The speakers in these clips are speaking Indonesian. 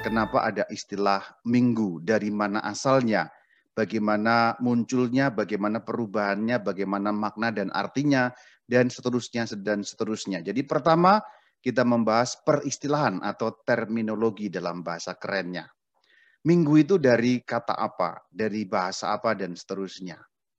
Kenapa ada istilah minggu, dari mana asalnya, bagaimana munculnya, bagaimana perubahannya, bagaimana makna dan artinya, dan seterusnya, dan seterusnya. Jadi pertama, kita membahas peristilahan atau terminologi dalam bahasa kerennya. Minggu itu dari kata apa, dari bahasa apa, dan seterusnya.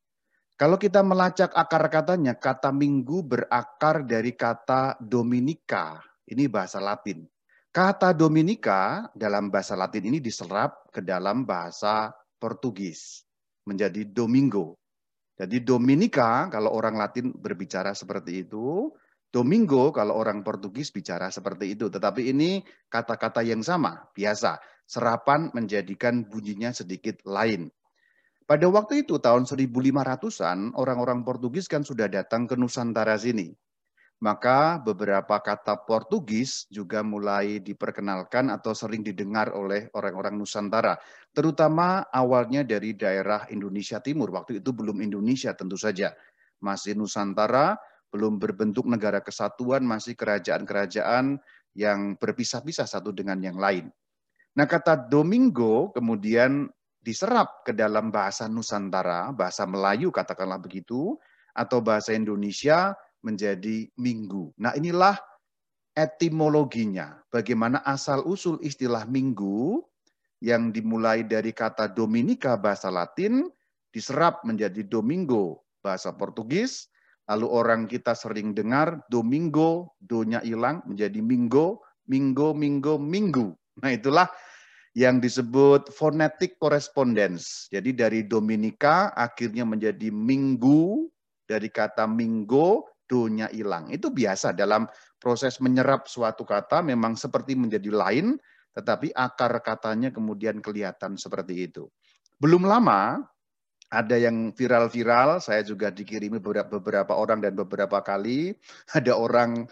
Kalau kita melacak akar katanya, kata minggu berakar dari kata Dominika. Ini bahasa Latin. Kata Dominika dalam bahasa Latin ini diserap ke dalam bahasa Portugis. Menjadi Domingo. Jadi Dominika kalau orang Latin berbicara seperti itu. Domingo kalau orang Portugis bicara seperti itu. Tetapi ini kata-kata yang sama, biasa. Serapan menjadikan bunyinya sedikit lain. Pada waktu itu tahun 1500-an orang-orang Portugis kan sudah datang ke Nusantara sini. Maka beberapa kata Portugis juga mulai diperkenalkan atau sering didengar oleh orang-orang Nusantara. Terutama awalnya dari daerah Indonesia Timur. Waktu itu belum Indonesia tentu saja. Masih Nusantara, belum berbentuk negara kesatuan, masih kerajaan-kerajaan yang berpisah-pisah satu dengan yang lain. Nah, kata Domingo kemudian diserap ke dalam bahasa Nusantara, bahasa Melayu katakanlah begitu, atau bahasa Indonesia menjadi minggu. Nah, inilah etimologinya, bagaimana asal-usul istilah minggu yang dimulai dari kata Dominika bahasa Latin, diserap menjadi Domingo bahasa Portugis, lalu orang kita sering dengar Domingo, do-nya hilang menjadi minggu, minggu, minggu, minggu. Nah, itulah yang disebut phonetic correspondence. Jadi dari Dominika akhirnya menjadi minggu, dari kata minggu, do-nya hilang. Itu biasa dalam proses menyerap suatu kata memang seperti menjadi lain, tetapi akar katanya kemudian kelihatan seperti itu. Belum lama, ada yang viral-viral, saya juga dikirimi beberapa orang dan beberapa kali, ada orang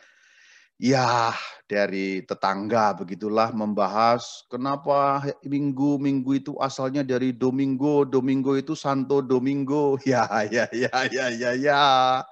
ya, dari tetangga begitulah membahas kenapa minggu itu asalnya dari Domingo, Domingo itu Santo Domingo. Ya, ya, ya, ya, ya, ya.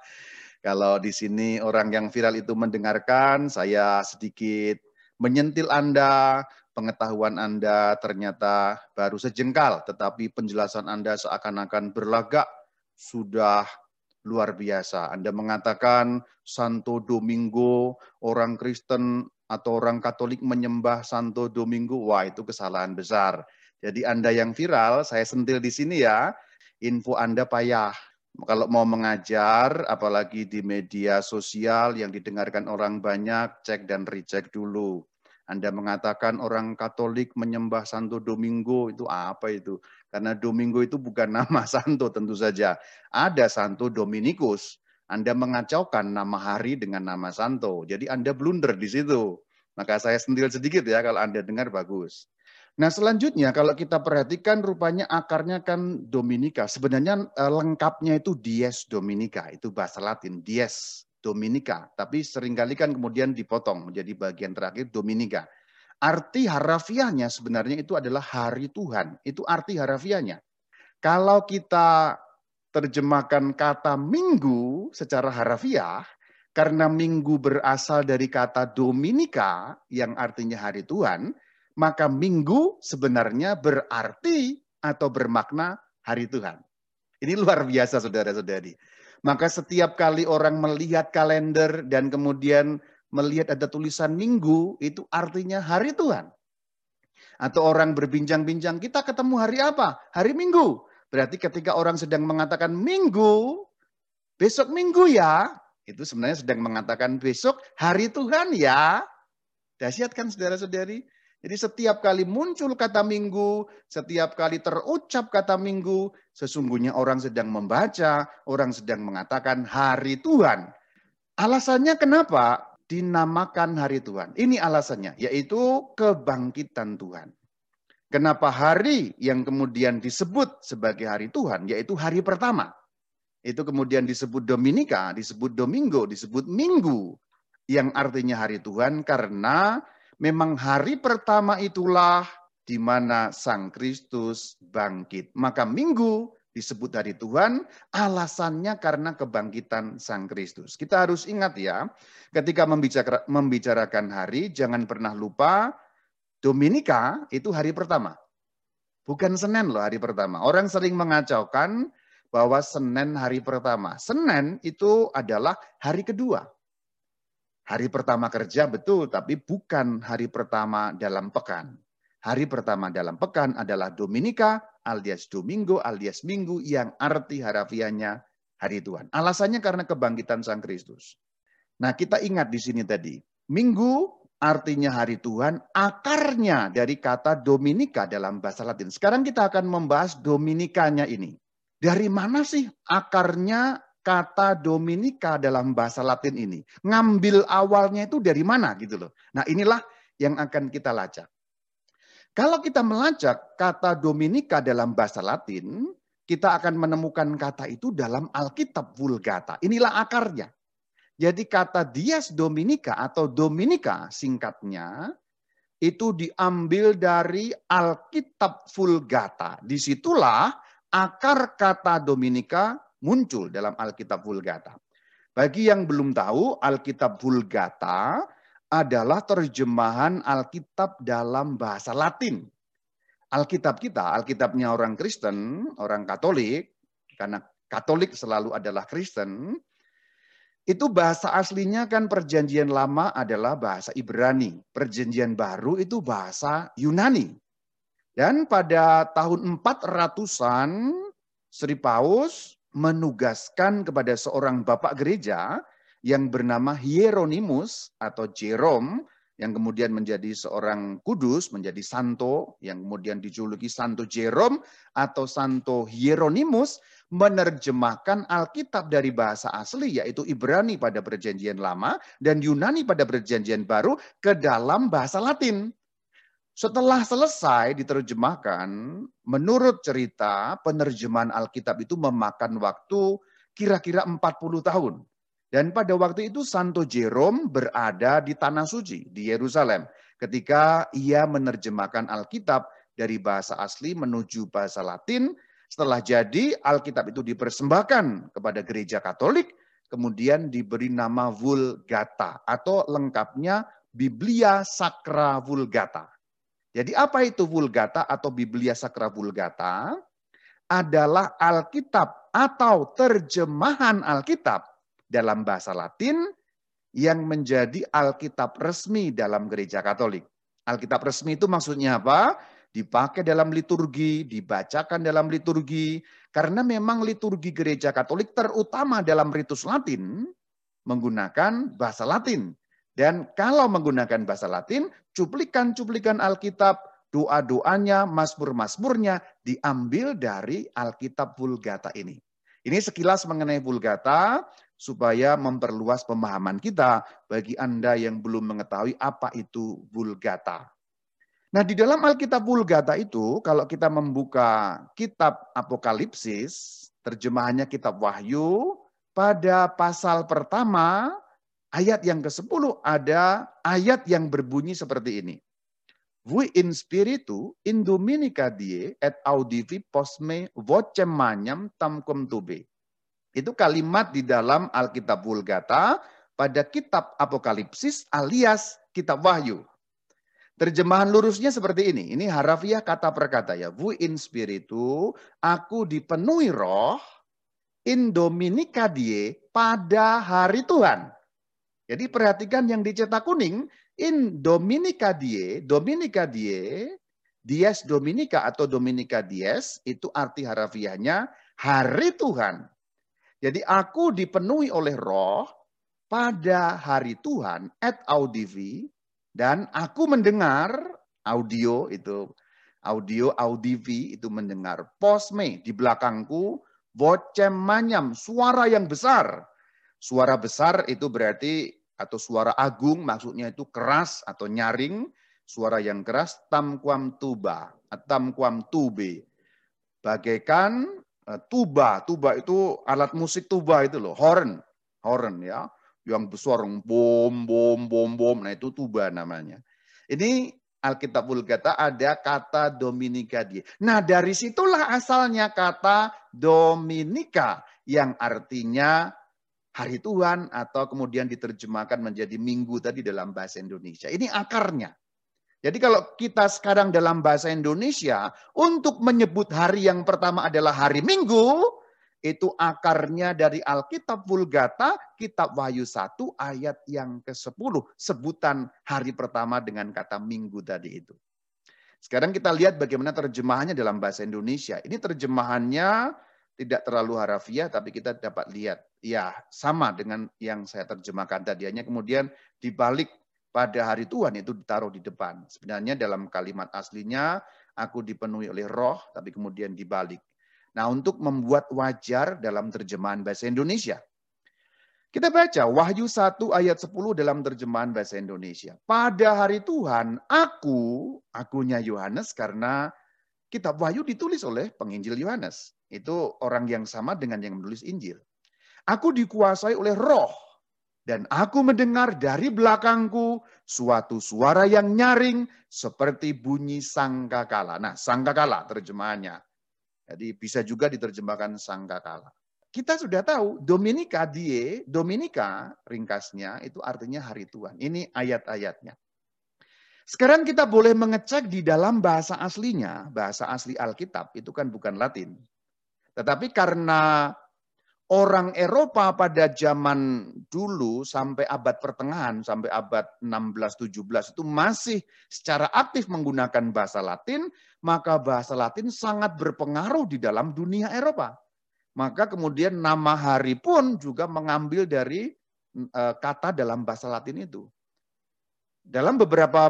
Kalau di sini orang yang viral itu mendengarkan, saya sedikit menyentil Anda, pengetahuan Anda ternyata baru sejengkal, tetapi penjelasan Anda seakan-akan berlagak sudah luar biasa. Anda mengatakan Santo Domingo, orang Kristen atau orang Katolik menyembah Santo Domingo. Wah, itu kesalahan besar. Jadi Anda yang viral, saya sentil di sini ya, info Anda payah. Kalau mau mengajar, apalagi di media sosial yang didengarkan orang banyak, cek dan recheck dulu. Anda mengatakan orang Katolik menyembah Santo Domingo, itu apa itu? Karena Domingo itu bukan nama santo tentu saja. Ada Santo Dominikus. Anda mengacaukan nama hari dengan nama santo. Jadi Anda blunder di situ. Maka saya sentil sedikit ya, kalau Anda dengar bagus. Nah, selanjutnya kalau kita perhatikan rupanya akarnya kan Dominika. Sebenarnya lengkapnya itu dies Dominica, itu bahasa Latin, dies Dominica. Tapi seringkali kan kemudian dipotong menjadi bagian terakhir Dominika. Arti harafiahnya sebenarnya itu adalah hari Tuhan. Itu arti harafiahnya. Kalau kita terjemahkan kata minggu secara harafiah, karena minggu berasal dari kata Dominika yang artinya hari Tuhan, maka minggu sebenarnya berarti atau bermakna hari Tuhan. Ini luar biasa saudara-saudari. Maka setiap kali orang melihat kalender dan kemudian melihat ada tulisan minggu, itu artinya hari Tuhan. Atau orang berbincang-bincang, kita ketemu hari apa? Hari Minggu. Berarti ketika orang sedang mengatakan minggu, besok minggu ya, itu sebenarnya sedang mengatakan besok hari Tuhan ya. Dahsyat kan saudara-saudari? Jadi setiap kali muncul kata minggu, setiap kali terucap kata minggu, sesungguhnya orang sedang membaca, orang sedang mengatakan hari Tuhan. Alasannya kenapa dinamakan hari Tuhan? Ini alasannya, yaitu kebangkitan Tuhan. Kenapa hari yang kemudian disebut sebagai hari Tuhan, yaitu hari pertama. Itu kemudian disebut Dominika, disebut Domingo, disebut Minggu. Yang artinya hari Tuhan karena memang hari pertama itulah di mana Sang Kristus bangkit. Maka Minggu disebut hari Tuhan, alasannya karena kebangkitan Sang Kristus. Kita harus ingat ya, ketika membicarakan hari, jangan pernah lupa Dominika itu hari pertama. Bukan Senin loh hari pertama. Orang sering mengacaukan bahwa Senin hari pertama. Senin itu adalah hari kedua. Hari pertama kerja betul, tapi bukan hari pertama dalam pekan. Hari pertama dalam pekan adalah Dominika alias Domingo alias Minggu yang arti harafiahnya hari Tuhan. Alasannya karena kebangkitan Sang Kristus. Nah, kita ingat di sini tadi, Minggu artinya hari Tuhan, akarnya dari kata Dominika dalam bahasa Latin. Sekarang kita akan membahas Dominikanya ini. Dari mana sih akarnya kata Dominika dalam bahasa Latin ini? Ngambil awalnya itu dari mana gitu loh. Nah, inilah yang akan kita lacak. Kalau kita melacak kata Dominika dalam bahasa Latin, kita akan menemukan kata itu dalam Alkitab Vulgata. Inilah akarnya. Jadi kata Dies Dominica atau Dominika singkatnya itu diambil dari Alkitab Vulgata. Disitulah akar kata Dominika muncul dalam Alkitab Vulgata. Bagi yang belum tahu, Alkitab Vulgata adalah terjemahan Alkitab dalam bahasa Latin. Alkitab kita, Alkitabnya orang Kristen, orang Katolik, karena Katolik selalu adalah Kristen, itu bahasa aslinya kan perjanjian lama adalah bahasa Ibrani. Perjanjian baru itu bahasa Yunani. Dan pada tahun 400-an, Sri Paus menugaskan kepada seorang bapak gereja yang bernama Hieronymus atau Jerome, yang kemudian menjadi seorang kudus, menjadi santo, yang kemudian dijuluki Santo Jerome atau Santo Hieronymus, menerjemahkan Alkitab dari bahasa asli, yaitu Ibrani pada perjanjian lama dan Yunani pada perjanjian baru ke dalam bahasa Latin. Setelah selesai diterjemahkan, menurut cerita penerjemahan Alkitab itu memakan waktu kira-kira 40 tahun. Dan pada waktu itu Santo Jerome berada di Tanah Suci, di Yerusalem. Ketika ia menerjemahkan Alkitab dari bahasa asli menuju bahasa Latin, setelah jadi Alkitab itu dipersembahkan kepada gereja Katolik, kemudian diberi nama Vulgata atau lengkapnya Biblia Sacra Vulgata. Jadi apa itu Vulgata atau Biblia Sacra Vulgata? Adalah Alkitab atau terjemahan Alkitab dalam bahasa Latin yang menjadi Alkitab resmi dalam gereja Katolik. Alkitab resmi itu maksudnya apa? Dipakai dalam liturgi, dibacakan dalam liturgi, karena memang liturgi gereja Katolik terutama dalam ritus Latin menggunakan bahasa Latin. Dan kalau menggunakan bahasa Latin, cuplikan-cuplikan Alkitab, doa-doanya, mazmur-mazmurnya diambil dari Alkitab Vulgata ini. Ini sekilas mengenai Vulgata, supaya memperluas pemahaman kita bagi Anda yang belum mengetahui apa itu Vulgata. Nah, di dalam Alkitab Vulgata itu, kalau kita membuka kitab Apokalipsis, terjemahannya kitab Wahyu, pada pasal pertama, ayat yang ke-10 ada ayat yang berbunyi seperti ini. Vui in spiritu in dominica die et audivi posme vocem magnam tamquam tube. Itu kalimat di dalam Alkitab Vulgata pada kitab Apokalipsis alias kitab Wahyu. Terjemahan lurusnya seperti ini. Ini harafiah kata per kata ya. Vui in spiritu, aku dipenuhi roh, in dominica die, pada hari Tuhan. Jadi perhatikan yang dicetak kuning, in dominica die, dies dominica atau dominica dies, itu arti harafiahnya hari Tuhan. Jadi aku dipenuhi oleh roh pada hari Tuhan, et audivi, dan aku mendengar, audio itu, audivi itu mendengar, posme di belakangku, vocem magnam, suara yang besar. Suara besar itu berarti, atau suara agung maksudnya itu keras atau nyaring, suara yang keras, tamquam tuba, tamquam tube. Bagaikan tuba itu alat musik tuba itu loh, horn ya, yang besar, bom. Nah itu tuba namanya. Ini Alkitab Vulgata ada kata Dominica die. Nah dari situlah asalnya kata Dominika yang artinya hari Tuhan atau kemudian diterjemahkan menjadi minggu tadi dalam bahasa Indonesia. Ini akarnya. Jadi kalau kita sekarang dalam bahasa Indonesia, untuk menyebut hari yang pertama adalah hari Minggu, itu akarnya dari Alkitab Vulgata, Kitab Wahyu 1 ayat yang ke-10. Sebutan hari pertama dengan kata minggu tadi itu. Sekarang kita lihat bagaimana terjemahannya dalam bahasa Indonesia. Ini terjemahannya tidak terlalu harafiah, tapi kita dapat lihat. Ya, sama dengan yang saya terjemahkan tadi. Hanya kemudian dibalik pada hari Tuhan itu ditaruh di depan. Sebenarnya dalam kalimat aslinya, aku dipenuhi oleh roh, tapi kemudian dibalik. Nah, untuk membuat wajar dalam terjemahan bahasa Indonesia. Kita baca Wahyu 1 ayat 10 dalam terjemahan bahasa Indonesia. Pada hari Tuhan, akunya Yohanes, karena kitab Wahyu ditulis oleh penginjil Yohanes. Itu orang yang sama dengan yang menulis Injil. Aku dikuasai oleh roh, dan aku mendengar dari belakangku suatu suara yang nyaring seperti bunyi sangkakala. Nah, sangkakala terjemahannya. Jadi bisa juga diterjemahkan sangkakala. Kita sudah tahu Dominika Dominika ringkasnya itu artinya hari Tuhan. Ini ayat-ayatnya. Sekarang kita boleh mengecek di dalam bahasa aslinya, bahasa asli Alkitab itu kan bukan Latin. Tetapi karena orang Eropa pada zaman dulu sampai abad pertengahan, sampai abad 16-17 itu masih secara aktif menggunakan bahasa Latin, maka bahasa Latin sangat berpengaruh di dalam dunia Eropa. Maka kemudian nama hari pun juga mengambil dari kata dalam bahasa Latin itu. Dalam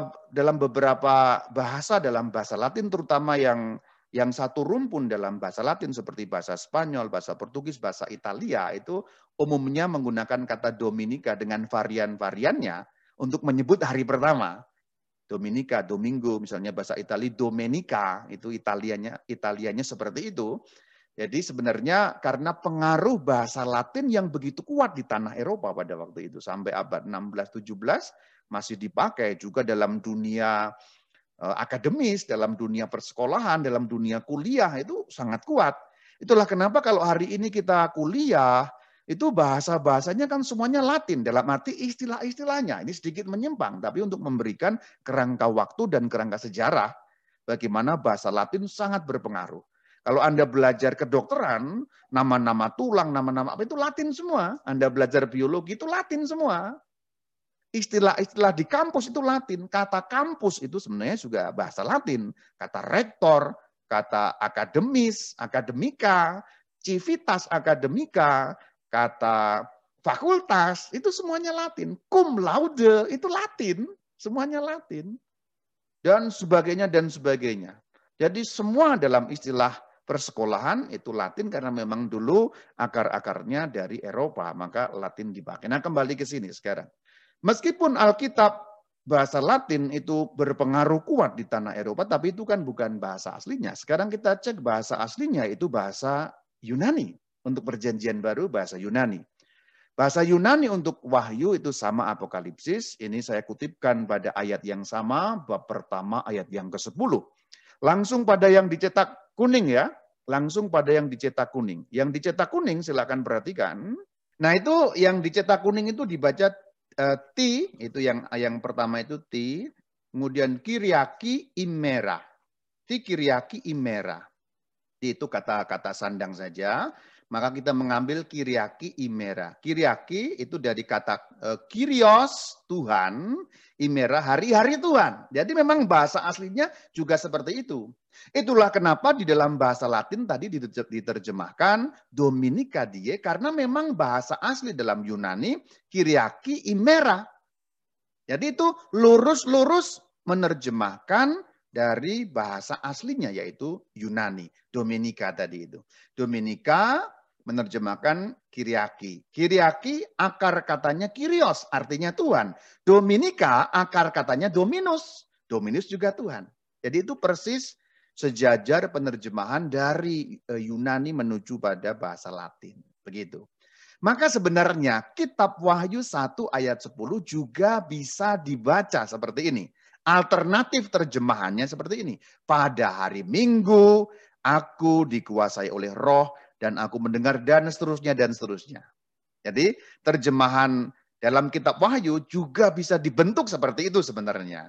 beberapa bahasa dalam bahasa Latin, terutama yang satu rumpun dalam bahasa Latin seperti bahasa Spanyol, bahasa Portugis, bahasa Italia itu umumnya menggunakan kata Dominika dengan varian-variannya untuk menyebut hari pertama. Dominika, Domingo, misalnya bahasa Italia Domenica, itu Italianya seperti itu. Jadi sebenarnya karena pengaruh bahasa Latin yang begitu kuat di tanah Eropa pada waktu itu sampai abad 16-17 masih dipakai juga dalam dunia akademis, dalam dunia persekolahan, dalam dunia kuliah itu sangat kuat. Itulah kenapa kalau hari ini kita kuliah itu bahasa-bahasanya kan semuanya Latin dalam arti istilah-istilahnya. Ini sedikit menyimpang tapi untuk memberikan kerangka waktu dan kerangka sejarah bagaimana bahasa Latin sangat berpengaruh. Kalau Anda belajar kedokteran, nama-nama tulang, nama-nama apa itu Latin semua. Anda belajar biologi itu Latin semua. Istilah-istilah di kampus itu Latin. Kata kampus itu sebenarnya juga bahasa Latin. Kata rektor, kata akademis, akademika, civitas akademika, kata fakultas, itu semuanya Latin. Cum laude itu Latin, semuanya Latin. Dan sebagainya, dan sebagainya. Jadi semua dalam istilah persekolahan itu Latin karena memang dulu akar-akarnya dari Eropa, maka Latin dipakai. Nah, kembali ke sini sekarang. Meskipun Alkitab bahasa Latin itu berpengaruh kuat di tanah Eropa, tapi itu kan bukan bahasa aslinya. Sekarang kita cek bahasa aslinya itu bahasa Yunani. Untuk perjanjian baru bahasa Yunani. Bahasa Yunani untuk Wahyu itu sama Apokalipsis. Ini saya kutipkan pada ayat yang sama, bab pertama ayat yang ke-10. Langsung pada yang dicetak kuning ya. Langsung pada yang dicetak kuning. Yang dicetak kuning silakan perhatikan. Nah itu yang dicetak kuning itu dibaca T, itu yang pertama itu T. Kemudian Kyriaki Imera. T Kyriaki Imera. Itu kata-kata sandang saja. Maka kita mengambil Kyriaki Imera. Kyriaki itu dari kata Kyrios, Tuhan, Imera, hari-hari Tuhan. Jadi memang bahasa aslinya juga seperti itu. Itulah kenapa di dalam bahasa Latin tadi diterjemahkan Dominika Die, karena memang bahasa asli dalam Yunani Kyriaki Imera. Jadi itu lurus-lurus menerjemahkan dari bahasa aslinya yaitu Yunani. Dominika tadi itu. Dominika menerjemahkan Kyriaki. Kyriaki akar katanya Kyrios, artinya Tuhan. Dominika akar katanya Dominus. Dominus juga Tuhan. Jadi itu persis sejajar penerjemahan dari Yunani menuju pada bahasa Latin. Begitu. Maka sebenarnya kitab Wahyu 1 ayat 10 juga bisa dibaca seperti ini. Alternatif terjemahannya seperti ini. Pada hari Minggu aku dikuasai oleh roh dan aku mendengar dan seterusnya dan seterusnya. Jadi terjemahan dalam kitab Wahyu juga bisa dibentuk seperti itu sebenarnya.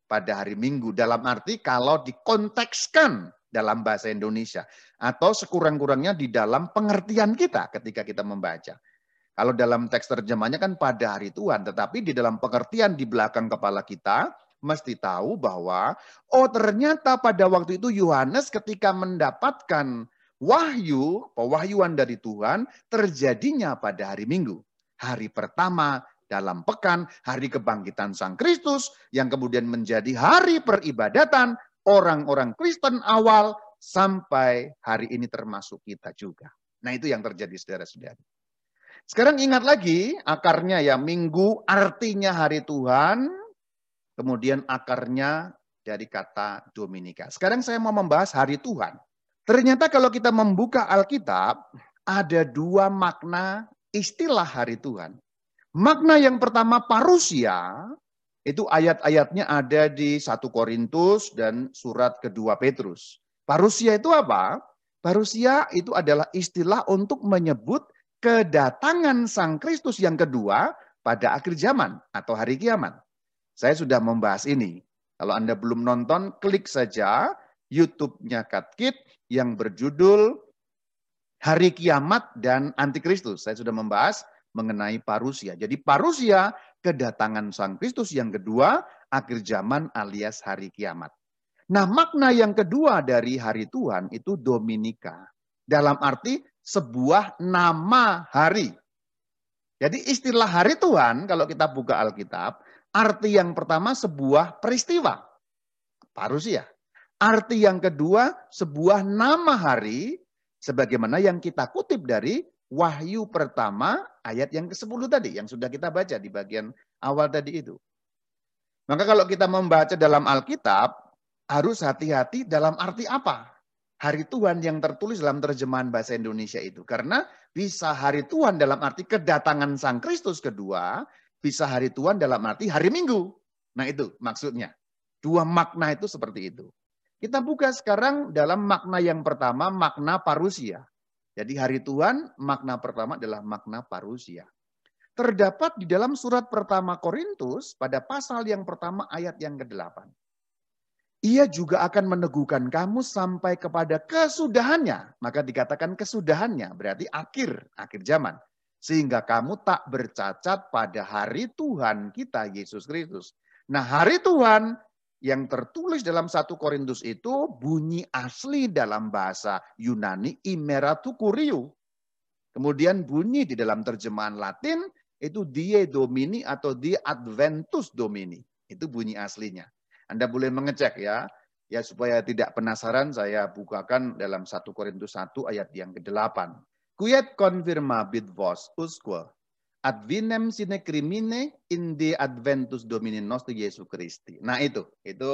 pada hari Minggu. Dalam arti kalau dikontekskan dalam bahasa Indonesia. Atau sekurang-kurangnya di dalam pengertian kita ketika kita membaca. Kalau dalam teks terjemahnya kan pada hari Tuhan. Tetapi di dalam pengertian di belakang kepala kita, mesti tahu bahwa, oh ternyata pada waktu itu Yohanes ketika mendapatkan wahyu, pewahyuan dari Tuhan, terjadinya pada hari Minggu. Hari pertama dalam pekan, hari kebangkitan Sang Kristus, yang kemudian menjadi hari peribadatan orang-orang Kristen awal, sampai hari ini termasuk kita juga. Nah itu yang terjadi saudara-saudara. Sekarang ingat lagi, akarnya ya, Minggu artinya hari Tuhan, kemudian akarnya dari kata Dominika. Sekarang saya mau membahas hari Tuhan. Ternyata kalau kita membuka Alkitab, ada dua makna istilah hari Tuhan. Makna yang pertama parusia, itu ayat-ayatnya ada di 1 Korintus dan surat kedua Petrus. Parusia itu apa? Parusia itu adalah istilah untuk menyebut kedatangan Sang Kristus yang kedua pada akhir zaman atau hari kiamat. Saya sudah membahas ini. Kalau Anda belum nonton, klik saja YouTube-nya Katkit yang berjudul Hari Kiamat dan Antikristus. Saya sudah membahas mengenai parusia. Jadi parusia, kedatangan Sang Kristus yang kedua, akhir zaman alias hari kiamat. Nah, makna yang kedua dari hari Tuhan itu Dominika. Dalam arti sebuah nama hari. Jadi istilah hari Tuhan, kalau kita buka Alkitab, arti yang pertama sebuah peristiwa, parusia. Arti yang kedua sebuah nama hari, sebagaimana yang kita kutip dari Wahyu pertama ayat yang ke-10 tadi, yang sudah kita baca di bagian awal tadi itu. Maka kalau kita membaca dalam Alkitab, harus hati-hati dalam arti apa? Hari Tuhan yang tertulis dalam terjemahan bahasa Indonesia itu. Karena bisa hari Tuhan dalam arti kedatangan Sang Kristus kedua, bisa hari Tuhan dalam arti hari Minggu. Nah itu maksudnya. Dua makna itu seperti itu. Kita buka sekarang dalam makna yang pertama, makna parusia. Jadi hari Tuhan, makna pertama adalah makna parusia. Terdapat di dalam surat pertama Korintus pada pasal yang pertama ayat yang ke-8. Ia juga akan meneguhkan kamu sampai kepada kesudahannya. Maka dikatakan kesudahannya, berarti akhir zaman. Sehingga kamu tak bercacat pada hari Tuhan kita, Yesus Kristus. Nah hari Tuhan yang tertulis dalam 1 Korintus itu bunyi asli dalam bahasa Yunani, imeratu kuriou. Kemudian bunyi di dalam terjemahan Latin itu die domini atau die adventus domini. Itu bunyi aslinya. Anda boleh mengecek ya. Ya supaya tidak penasaran saya bukakan dalam 1 Korintus 1 ayat yang ke-8. Quiet confirmabit vos usque ad vinem sine crimine in de adventus domini nostri Jesu Christi. Nah itu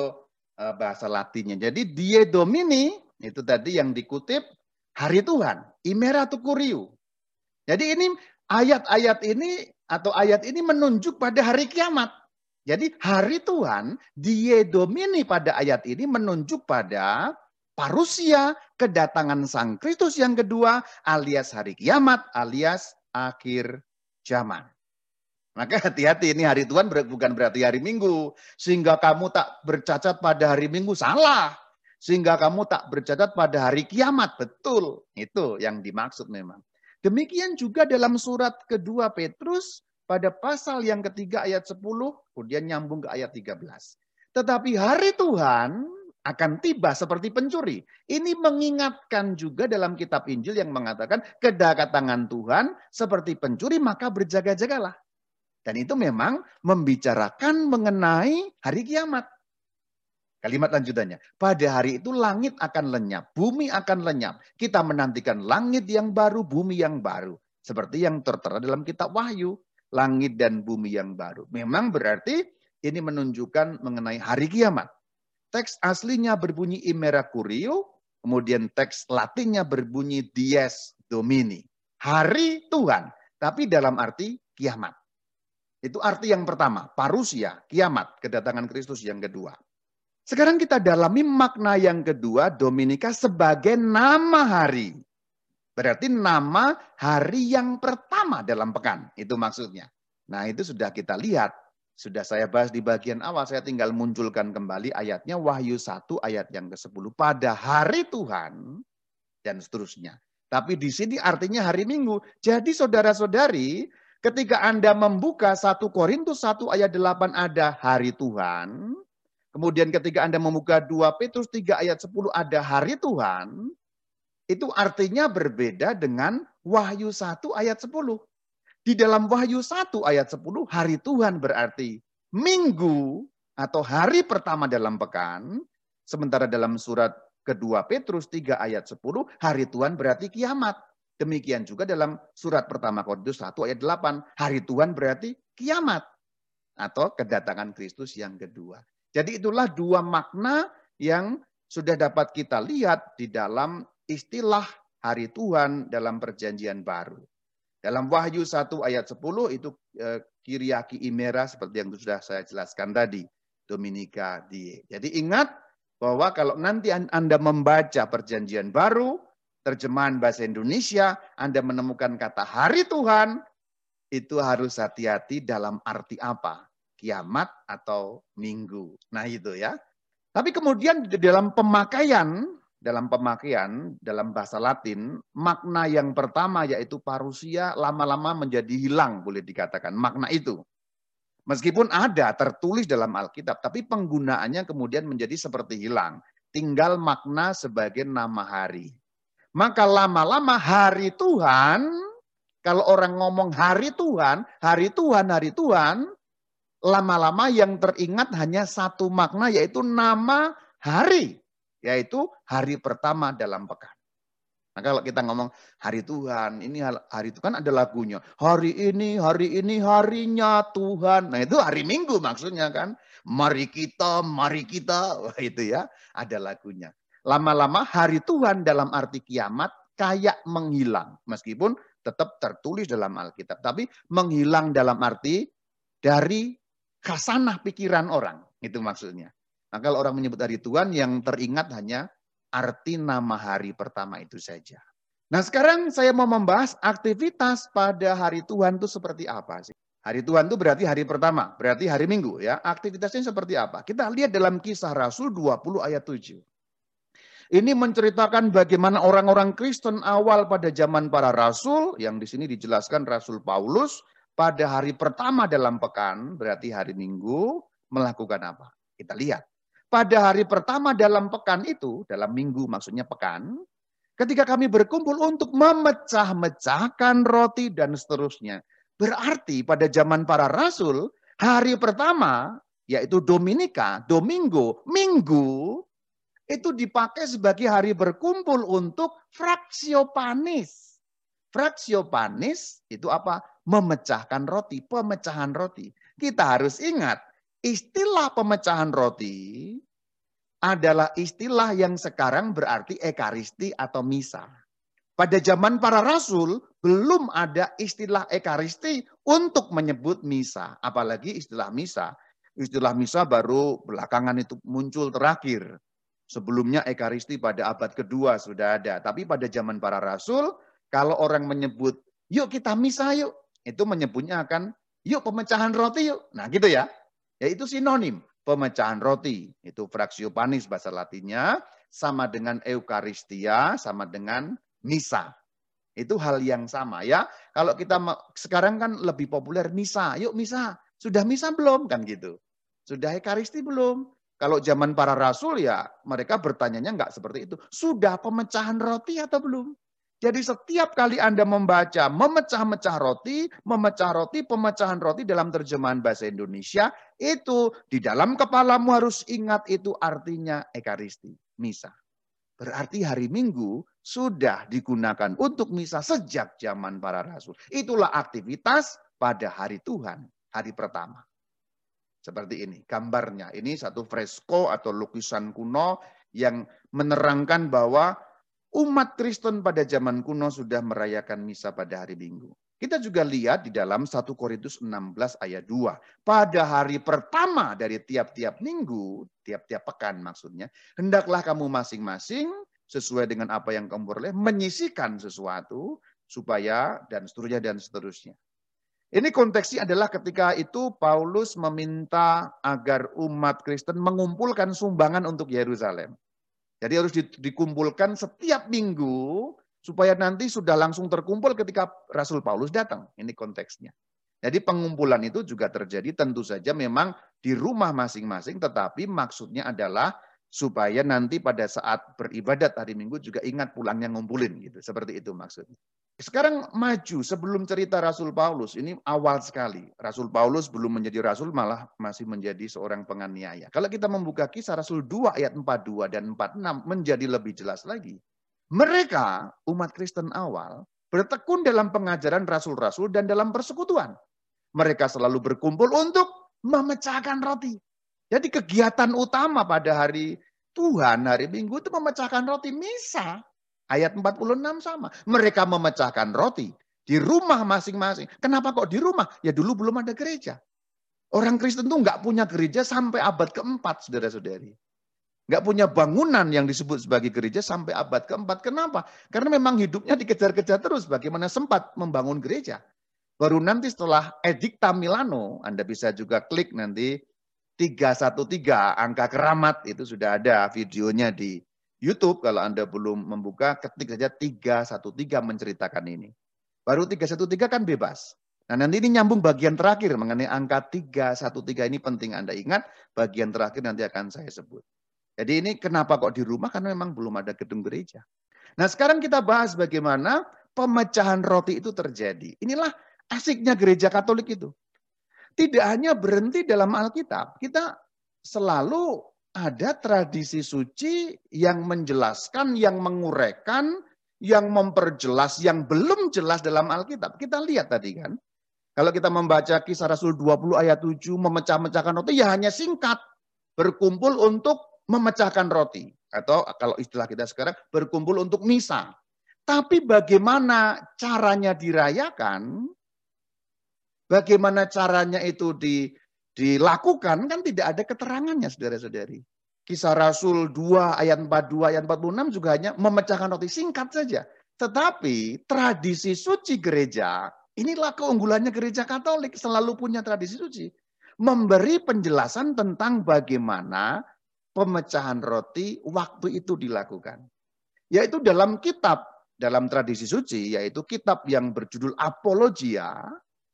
bahasa Latinnya. Jadi die domini itu tadi yang dikutip hari Tuhan, imeratu kuriou. Jadi ini ayat-ayat ini atau ayat ini menunjuk pada hari kiamat. Jadi hari Tuhan, die domini pada ayat ini menunjuk pada parusia, kedatangan Sang Kristus yang kedua, alias hari kiamat, alias akhir zaman. Maka hati-hati, ini hari Tuhan bukan berarti hari Minggu. Sehingga kamu tak bercacat pada hari Minggu, salah. Sehingga kamu tak bercacat pada hari kiamat, betul. Itu yang dimaksud memang. Demikian juga dalam surat kedua Petrus, pada pasal yang ketiga ayat 10, kemudian nyambung ke ayat 13. Tetapi hari Tuhan akan tiba seperti pencuri. Ini mengingatkan juga dalam kitab Injil yang mengatakan kedatangan Tuhan seperti pencuri, maka berjaga-jagalah. Dan itu memang membicarakan mengenai hari kiamat. Kalimat lanjutannya, pada hari itu langit akan lenyap, bumi akan lenyap. Kita menantikan langit yang baru, bumi yang baru. Seperti yang tertera dalam kitab Wahyu. Langit dan bumi yang baru. Memang berarti ini menunjukkan mengenai hari kiamat. Teks aslinya berbunyi imera kuriou, kemudian teks latinnya berbunyi dies domini. Hari Tuhan, tapi dalam arti kiamat. Itu arti yang pertama, parusia, kiamat, kedatangan Kristus yang kedua. Sekarang kita dalami makna yang kedua, Dominika sebagai nama hari. Berarti nama hari yang pertama dalam pekan. Itu maksudnya. Nah itu sudah kita lihat. Sudah saya bahas di bagian awal, saya tinggal munculkan kembali ayatnya, Wahyu 1 ayat yang ke-10. Pada hari Tuhan, dan seterusnya. Tapi di sini artinya hari Minggu. Jadi saudara-saudari, ketika Anda membuka 1 Korintus 1 ayat 8 ada hari Tuhan. Kemudian ketika Anda membuka 2 Petrus 3 ayat 10 ada hari Tuhan. Itu artinya berbeda dengan Wahyu 1 ayat 10. Di dalam Wahyu 1 ayat 10, hari Tuhan berarti minggu atau hari pertama dalam pekan. Sementara dalam surat kedua Petrus 3 ayat 10, hari Tuhan berarti kiamat. Demikian juga dalam surat pertama Korintus 1 ayat 8, hari Tuhan berarti kiamat. Atau kedatangan Kristus yang kedua. Jadi itulah dua makna yang sudah dapat kita lihat di dalam istilah hari Tuhan dalam perjanjian baru. Dalam Wahyu 1 ayat 10 itu Kyriaki Imera seperti yang sudah saya jelaskan tadi. Dominika Die. Jadi ingat bahwa kalau nanti Anda membaca perjanjian baru, terjemahan bahasa Indonesia, Anda menemukan kata hari Tuhan, itu harus hati-hati dalam arti apa? Kiamat atau minggu. Nah itu ya. Tapi kemudian di dalam pemakaian dalam bahasa Latin, makna yang pertama yaitu parusia lama-lama menjadi hilang, boleh dikatakan makna itu. Meskipun ada tertulis dalam Alkitab, tapi penggunaannya kemudian menjadi seperti hilang. Tinggal makna sebagai nama hari. Maka lama-lama hari Tuhan, kalau orang ngomong hari Tuhan, lama-lama yang teringat hanya satu makna yaitu nama hari. Yaitu hari pertama dalam pekan. Nah kalau kita ngomong hari Tuhan, ini hari itu kan ada lagunya. Hari ini harinya Tuhan. Nah itu hari Minggu maksudnya kan. Mari kita. Wah, itu ya, ada lagunya. Lama-lama hari Tuhan dalam arti kiamat kayak menghilang. Meskipun tetap tertulis dalam Alkitab. Tapi menghilang dalam arti dari khasanah pikiran orang. Itu maksudnya. Nah, kalau orang menyebut hari Tuhan yang teringat hanya arti nama hari pertama itu saja. Nah, sekarang saya mau membahas aktivitas pada hari Tuhan itu seperti apa sih? Hari Tuhan itu berarti hari pertama, berarti hari Minggu ya. Aktivitasnya seperti apa? Kita lihat dalam Kisah Rasul 20 ayat 7. Ini menceritakan bagaimana orang-orang Kristen awal pada zaman para rasul, yang di sini dijelaskan Rasul Paulus, pada hari pertama dalam pekan, berarti hari Minggu, melakukan apa? Kita lihat. Pada hari pertama dalam pekan itu, dalam minggu maksudnya pekan, ketika kami berkumpul untuk memecah-mecahkan roti dan seterusnya. Berarti pada zaman para rasul, hari pertama, yaitu Dominika, Domingo, Minggu, itu dipakai sebagai hari berkumpul untuk fraksio panis. Fraksio panis itu apa? Memecahkan roti, pemecahan roti. Kita harus ingat, istilah pemecahan roti adalah istilah yang sekarang berarti ekaristi atau misa. Pada zaman para rasul belum ada istilah ekaristi untuk menyebut misa. Apalagi istilah misa. Istilah misa baru belakangan itu muncul terakhir. Sebelumnya ekaristi pada abad kedua sudah ada. Tapi pada zaman para rasul, kalau orang menyebut, yuk kita misa yuk. Itu menyebutnya akan, yuk pemecahan roti yuk. Nah gitu ya. Yaitu sinonim pemecahan roti. Itu fraksio panis bahasa Latinnya. Sama dengan eukaristia, sama dengan misa. Itu hal yang sama ya. Kalau kita sekarang kan lebih populer misa. Yuk misa. Sudah misa belum? Kan gitu. Sudah ekaristi belum? Kalau zaman para rasul ya mereka bertanyanya enggak seperti itu. Sudah pemecahan roti atau belum? Jadi setiap kali Anda membaca memecah-mecah roti, pemecahan roti dalam terjemahan bahasa Indonesia, itu di dalam kepalamu harus ingat itu artinya ekaristi, misa. Berarti hari Minggu sudah digunakan untuk misa sejak zaman para rasul. Itulah aktivitas pada hari Tuhan, hari pertama. Seperti ini gambarnya. Ini satu fresko atau lukisan kuno yang menerangkan bahwa umat Kristen pada zaman kuno sudah merayakan misa pada hari Minggu. Kita juga lihat di dalam 1 Korintus 16 ayat 2. Pada hari pertama dari tiap-tiap minggu, tiap-tiap pekan maksudnya, hendaklah kamu masing-masing sesuai dengan apa yang kamu boleh menyisihkan sesuatu supaya dan seterusnya dan seterusnya. Ini konteksnya adalah ketika itu Paulus meminta agar umat Kristen mengumpulkan sumbangan untuk Yerusalem. Jadi harus dikumpulkan setiap minggu supaya nanti sudah langsung terkumpul ketika Rasul Paulus datang. Ini konteksnya. Jadi pengumpulan itu juga terjadi tentu saja memang di rumah masing-masing, tetapi maksudnya adalah supaya nanti pada saat beribadat hari Minggu juga ingat pulangnya ngumpulin gitu. Seperti itu maksudnya. Sekarang maju sebelum cerita Rasul Paulus, ini awal sekali. Rasul Paulus belum menjadi rasul, malah masih menjadi seorang penganiaya. Kalau kita membuka Kisah Rasul 2 ayat 42 dan 46 menjadi lebih jelas lagi. Mereka, umat Kristen awal, bertekun dalam pengajaran rasul-rasul dan dalam persekutuan. Mereka selalu berkumpul untuk memecahkan roti. Jadi kegiatan utama pada hari Tuhan, hari Minggu itu memecahkan roti, misa. Ayat 46 sama. Mereka memecahkan roti di rumah masing-masing. Kenapa kok di rumah? Ya dulu belum ada gereja. Orang Kristen tuh nggak punya gereja sampai abad keempat, saudara-saudari. Nggak punya bangunan yang disebut sebagai gereja sampai abad keempat. Kenapa? Karena memang hidupnya dikejar-kejar terus. Bagaimana sempat membangun gereja. Baru nanti setelah Edikta Milano, Anda bisa juga klik nanti 313, angka keramat, itu sudah ada videonya di YouTube. Kalau Anda belum membuka, ketik saja 313 menceritakan ini. Baru 313 kan bebas. Nah nanti ini nyambung bagian terakhir mengenai angka 313 ini penting Anda ingat. Bagian terakhir nanti akan saya sebut. Jadi ini kenapa kok di rumah? Karena memang belum ada gedung gereja. Nah sekarang kita bahas bagaimana pemecahan roti itu terjadi. Inilah asiknya gereja Katolik itu. Tidak hanya berhenti dalam Alkitab, kita selalu ada tradisi suci yang menjelaskan, yang menguraikan, yang memperjelas, yang belum jelas dalam Alkitab. Kita lihat tadi kan, kalau kita membaca Kisah Rasul 20 ayat 7, memecah-mecahkan roti, ya hanya singkat. Berkumpul untuk memecahkan roti. Atau kalau istilah kita sekarang, berkumpul untuk misa. Tapi bagaimana caranya dirayakan, bagaimana caranya itu dilakukan, kan tidak ada keterangannya, saudara-saudari. Kisah Rasul 2 ayat 42, ayat 46 juga hanya memecahkan roti, singkat saja. Tetapi tradisi suci gereja, inilah keunggulannya gereja Katolik, selalu punya tradisi suci. Memberi penjelasan tentang bagaimana pemecahan roti waktu itu dilakukan. Yaitu dalam kitab, dalam tradisi suci, yaitu kitab yang berjudul Apologia.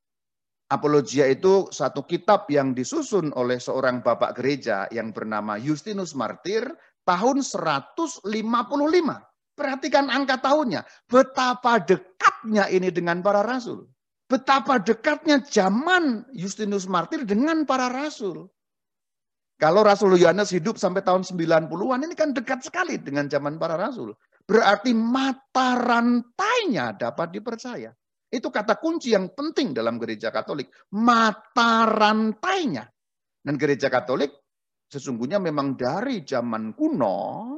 Apologia itu satu kitab yang disusun oleh seorang bapak gereja yang bernama Justinus Martir tahun 155. Perhatikan angka tahunnya. Betapa dekatnya ini dengan para rasul. Betapa dekatnya zaman Justinus Martir dengan para rasul. Kalau Rasul Yohanes hidup sampai tahun 90-an, ini kan dekat sekali dengan zaman para rasul. Berarti mata rantainya dapat dipercaya. Itu kata kunci yang penting dalam gereja Katolik. Mata rantainya. Dan gereja Katolik sesungguhnya memang dari zaman kuno,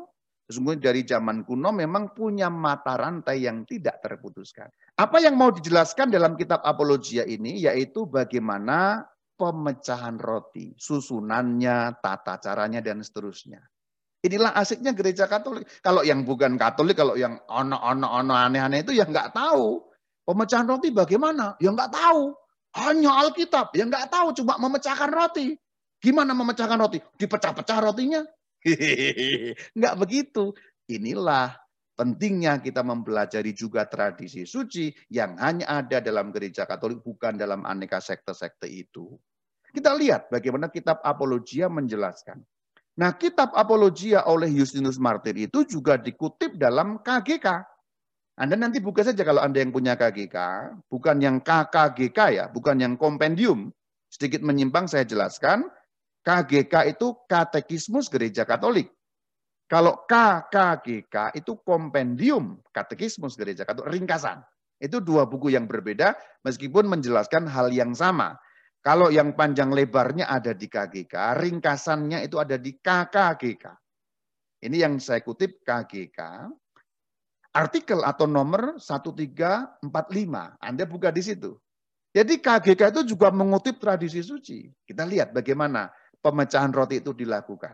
memang punya mata rantai yang tidak terputuskan. Apa yang mau dijelaskan dalam kitab Apologia ini, yaitu bagaimana pemecahan roti, susunannya, tata caranya, dan seterusnya. Inilah asiknya gereja Katolik. Kalau yang bukan Katolik, kalau yang ono aneh-aneh itu ya nggak tahu. Pemecahan roti bagaimana? Ya nggak tahu. Hanya Alkitab, ya nggak tahu. Cuma memecahkan roti. Gimana memecahkan roti? Dipecah-pecah rotinya? Nggak begitu. Inilah pentingnya kita mempelajari juga tradisi suci yang hanya ada dalam gereja Katolik, bukan dalam aneka sekte-sekte itu. Kita lihat bagaimana kitab Apologia menjelaskan. Nah, kitab Apologia oleh Justinus Martir itu juga dikutip dalam KGK. Anda nanti buka saja kalau Anda yang punya KGK, bukan yang KKGK ya, bukan yang kompendium. Sedikit menyimpang saya jelaskan, KGK itu Katekismus Gereja Katolik. Kalau KKGK itu kompendium Katekismus Gereja Katolik, ringkasan. Itu dua buku yang berbeda meskipun menjelaskan hal yang sama. Kalau yang panjang lebarnya ada di KGK, ringkasannya itu ada di KKGK. Ini yang saya kutip KGK. Artikel atau nomor 1345. Anda buka di situ. Jadi KGK itu juga mengutip tradisi suci. Kita lihat bagaimana pemecahan roti itu dilakukan.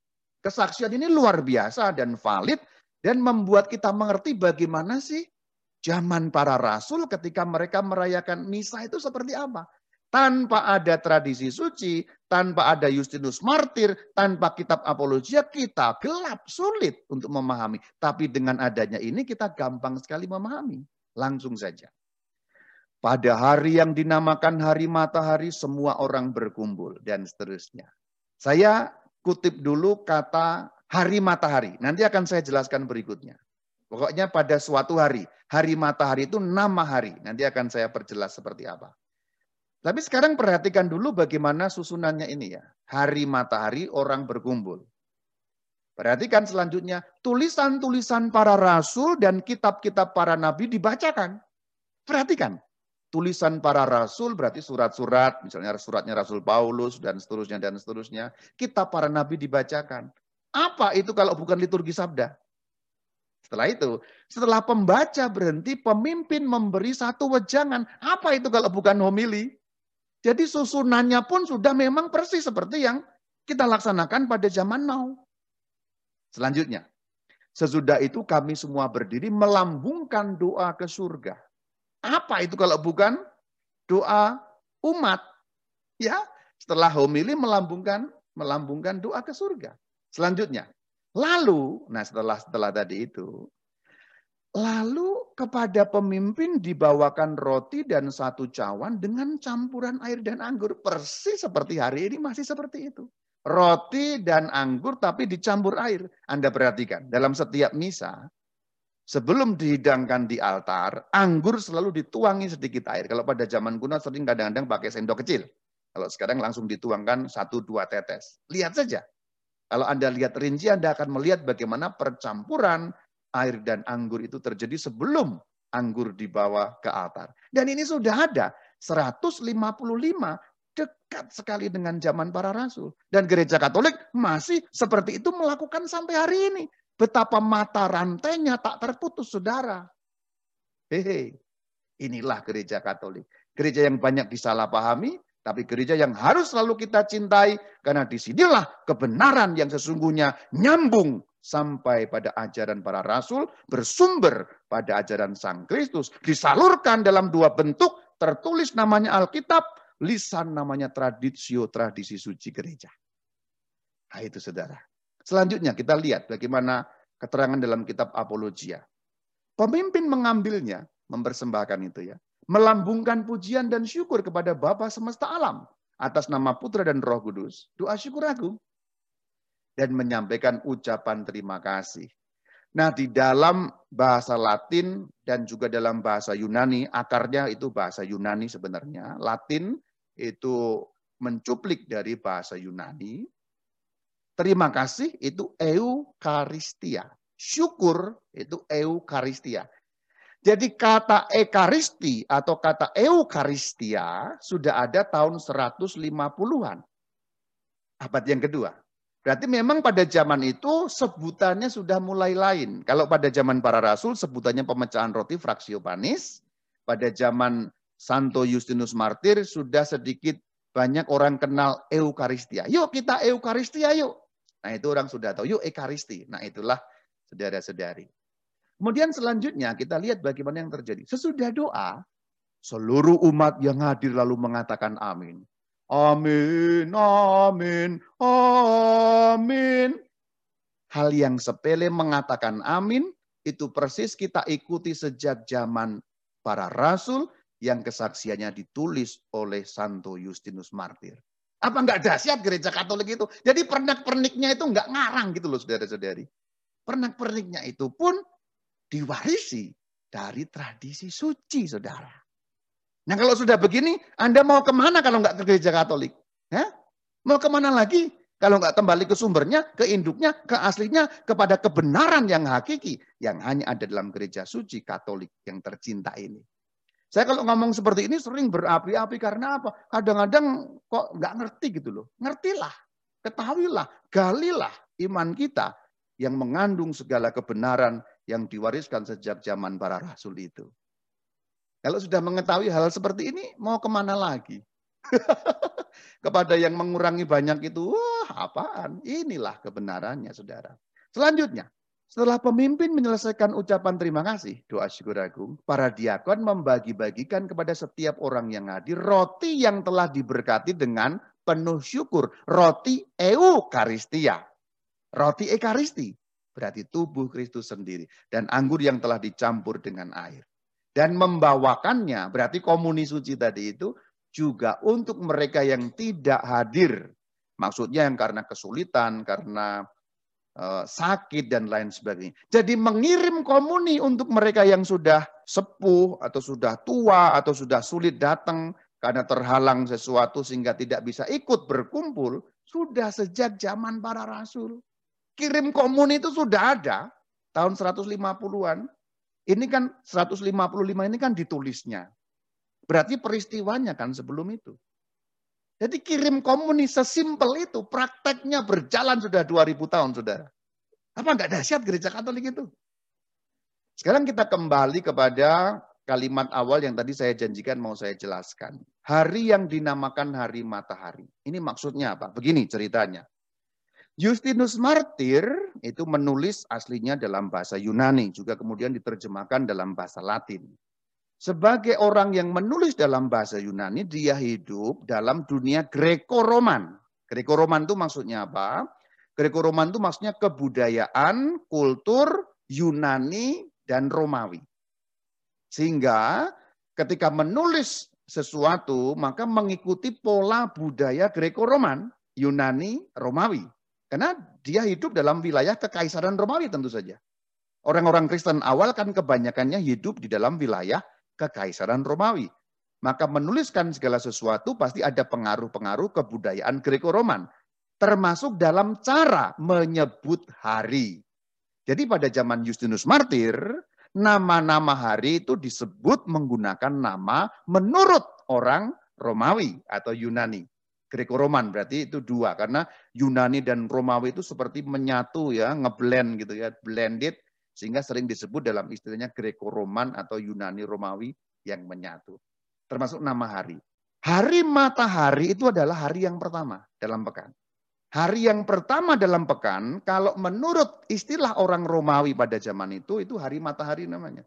Kesaksian ini luar biasa dan valid dan membuat kita mengerti bagaimana sih Zaman para rasul ketika mereka merayakan misa itu seperti apa? Tanpa ada tradisi suci, tanpa ada Justinus Martir, tanpa kitab Apologia, kita gelap, sulit untuk memahami. Tapi dengan adanya ini kita gampang sekali memahami. Langsung saja. Pada hari yang dinamakan hari matahari, semua orang berkumpul, dan seterusnya. Saya kutip dulu kata hari matahari. Nanti akan saya jelaskan berikutnya. Pokoknya pada suatu hari, hari matahari itu nama hari. Nanti akan saya perjelas seperti apa. Tapi sekarang perhatikan dulu bagaimana susunannya ini ya. Hari matahari orang berkumpul. Perhatikan selanjutnya, tulisan-tulisan para rasul dan kitab-kitab para nabi dibacakan. Perhatikan. Tulisan para rasul berarti surat-surat, misalnya suratnya Rasul Paulus dan seterusnya dan seterusnya. Kitab para nabi dibacakan. Apa itu kalau bukan liturgi sabda? Setelah itu, setelah pembaca berhenti, pemimpin memberi satu wejangan. Apa itu kalau bukan homili? Jadi susunannya pun sudah memang persis seperti yang kita laksanakan pada zaman now. Selanjutnya, sesudah itu kami semua berdiri melambungkan doa ke surga. Apa itu kalau bukan doa umat? Ya, setelah homili melambungkan doa ke surga. Selanjutnya, lalu, nah setelah tadi itu, lalu kepada pemimpin dibawakan roti dan satu cawan dengan campuran air dan anggur. Persis seperti hari ini masih seperti itu. Roti dan anggur tapi dicampur air. Anda perhatikan, dalam setiap misa, sebelum dihidangkan di altar, anggur selalu dituangi sedikit air. Kalau pada zaman kuno sering kadang-kadang pakai sendok kecil. Kalau sekarang langsung dituangkan 1-2 tetes. Lihat saja. Kalau Anda lihat rinci, Anda akan melihat bagaimana percampuran air dan anggur itu terjadi sebelum anggur dibawa ke altar. Dan ini sudah ada 155 dekat sekali dengan zaman para rasul. Dan gereja Katolik masih seperti itu melakukan sampai hari ini. Betapa mata rantainya tak terputus, saudara. Hehe, inilah gereja Katolik. Gereja yang banyak disalahpahami, tapi gereja yang harus selalu kita cintai, karena disinilah kebenaran yang sesungguhnya nyambung sampai pada ajaran para rasul, bersumber pada ajaran Sang Kristus, disalurkan dalam 2 bentuk, tertulis namanya Alkitab, lisan namanya tradisi suci gereja. Nah itu saudara. Selanjutnya kita lihat bagaimana keterangan dalam kitab Apologia. Pemimpin mengambilnya, mempersembahkan itu ya. Melambungkan pujian dan syukur kepada Bapa semesta alam. Atas nama Putra dan Roh Kudus. Doa syukur agung. Dan menyampaikan ucapan terima kasih. Nah di dalam bahasa Latin dan juga dalam bahasa Yunani, akarnya itu bahasa Yunani sebenarnya. Latin itu mencuplik dari bahasa Yunani. Terima kasih itu eukaristia. Syukur itu eukaristia. Jadi kata ekaristi atau kata eukaristia sudah ada tahun 150-an. Abad yang kedua. Berarti memang pada zaman itu sebutannya sudah mulai lain. Kalau pada zaman para rasul sebutannya pemecahan roti fraksio panis. Pada zaman Santo Justinus Martir sudah sedikit banyak orang kenal eukaristia. Yuk kita eukaristia yuk. Nah itu orang sudah tahu, yuk ekaristi. Nah itulah saudara-saudari. Kemudian selanjutnya kita lihat bagaimana yang terjadi. Sesudah doa, seluruh umat yang hadir lalu mengatakan amin. Amin, amin, amin. Hal yang sepele mengatakan amin, itu persis kita ikuti sejak zaman para rasul yang kesaksiannya ditulis oleh Santo Justinus Martir. Apa enggak dahsyat gereja Katolik itu? Jadi pernak-perniknya itu enggak ngarang gitu loh saudara-saudari. Pernak-perniknya itu pun diwarisi dari tradisi suci saudara. Nah kalau sudah begini, Anda mau kemana kalau enggak ke gereja Katolik? Mau kemana lagi? Kalau enggak kembali ke sumbernya, ke induknya, ke aslinya, kepada kebenaran yang hakiki. Yang hanya ada dalam gereja suci Katolik yang tercinta ini. Saya kalau ngomong seperti ini sering berapi-api karena apa? Kadang-kadang kok nggak ngerti gitu loh. Ngertilah, ketahuilah, galilah iman kita yang mengandung segala kebenaran yang diwariskan sejak zaman para rasul itu. Kalau sudah mengetahui hal seperti ini, mau kemana lagi? Kepada yang mengurangi banyak itu, wah apaan? Inilah kebenarannya saudara. Selanjutnya, Setelah pemimpin menyelesaikan ucapan terima kasih, doa syukur agung, para diakon membagi-bagikan kepada setiap orang yang hadir roti yang telah diberkati dengan penuh syukur. Roti Eukaristia. Roti Ekaristi. Berarti tubuh Kristus sendiri. Dan anggur yang telah dicampur dengan air. Dan membawakannya, berarti komuni suci tadi itu juga untuk mereka yang tidak hadir. Maksudnya yang karena kesulitan, karena sakit dan lain sebagainya. Jadi mengirim komuni untuk mereka yang sudah sepuh atau sudah tua atau sudah sulit datang karena terhalang sesuatu sehingga tidak bisa ikut berkumpul, sudah sejak zaman para rasul. Kirim komuni itu sudah ada tahun 150-an. Ini kan 155 ini kan ditulisnya. Berarti peristiwanya kan sebelum itu. Jadi kirim komuni sesimpel itu, prakteknya berjalan sudah 2000 tahun, saudara. Apa enggak dahsyat gereja Katolik itu? Sekarang kita kembali kepada kalimat awal yang tadi saya janjikan mau saya jelaskan. Hari yang dinamakan hari matahari. Ini maksudnya apa? Begini ceritanya. Justinus Martir itu menulis aslinya dalam bahasa Yunani, juga kemudian diterjemahkan dalam bahasa Latin. Sebagai orang yang menulis dalam bahasa Yunani, dia hidup dalam dunia Greko-Roman. Greko-Roman itu maksudnya apa? Greko-Roman itu maksudnya kebudayaan, kultur Yunani dan Romawi. Sehingga ketika menulis sesuatu, maka mengikuti pola budaya Greko-Roman, Yunani, Romawi. Karena dia hidup dalam wilayah kekaisaran Romawi tentu saja. Orang-orang Kristen awal kan kebanyakannya hidup di dalam wilayah kekaisaran Romawi. Maka menuliskan segala sesuatu pasti ada pengaruh-pengaruh kebudayaan Greko-Roman. Termasuk dalam cara menyebut hari. Jadi pada zaman Justinus Martir, nama-nama hari itu disebut menggunakan nama menurut orang Romawi atau Yunani. Greko-Roman berarti itu dua. Karena Yunani dan Romawi itu seperti menyatu ya, ngeblend gitu ya, blended. Sehingga sering disebut dalam istilahnya Greko-Roman atau Yunani-Romawi yang menyatu. Termasuk nama hari. Hari matahari itu adalah hari yang pertama dalam pekan. Hari yang pertama dalam pekan, kalau menurut istilah orang Romawi pada zaman itu hari matahari namanya.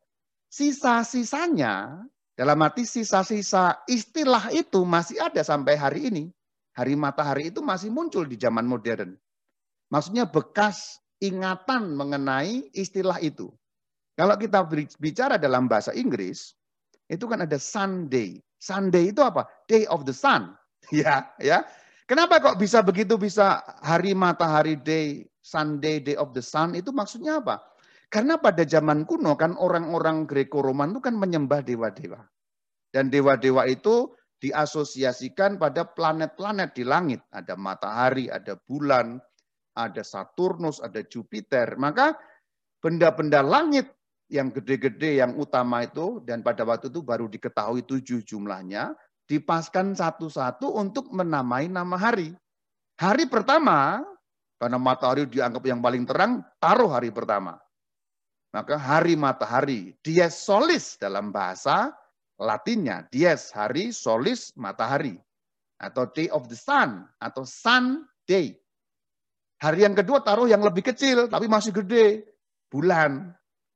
Sisa-sisanya, dalam arti sisa-sisa istilah itu masih ada sampai hari ini. Hari matahari itu masih muncul di zaman modern. Maksudnya bekas ingatan mengenai istilah itu. Kalau kita bicara dalam bahasa Inggris, itu kan ada Sunday. Sunday itu apa? Day of the sun. Ya, ya. Kenapa kok bisa begitu, bisa hari matahari day, Sunday, day of the sun, itu maksudnya apa? Karena pada zaman kuno kan orang-orang Greko-Roman itu kan menyembah dewa-dewa. Dan dewa-dewa itu diasosiasikan pada planet-planet di langit. Ada matahari, ada bulan, ada Saturnus, ada Jupiter. Maka benda-benda langit yang gede-gede, yang utama itu, dan pada waktu itu baru diketahui 7 jumlahnya, dipaskan satu-satu untuk menamai nama hari. Hari pertama, karena matahari dianggap yang paling terang, taruh hari pertama. Maka hari matahari, dies solis dalam bahasa Latinnya. Dies, hari, solis, matahari. Atau day of the sun, atau sun day. Hari yang kedua taruh yang lebih kecil, tapi masih gede. Bulan.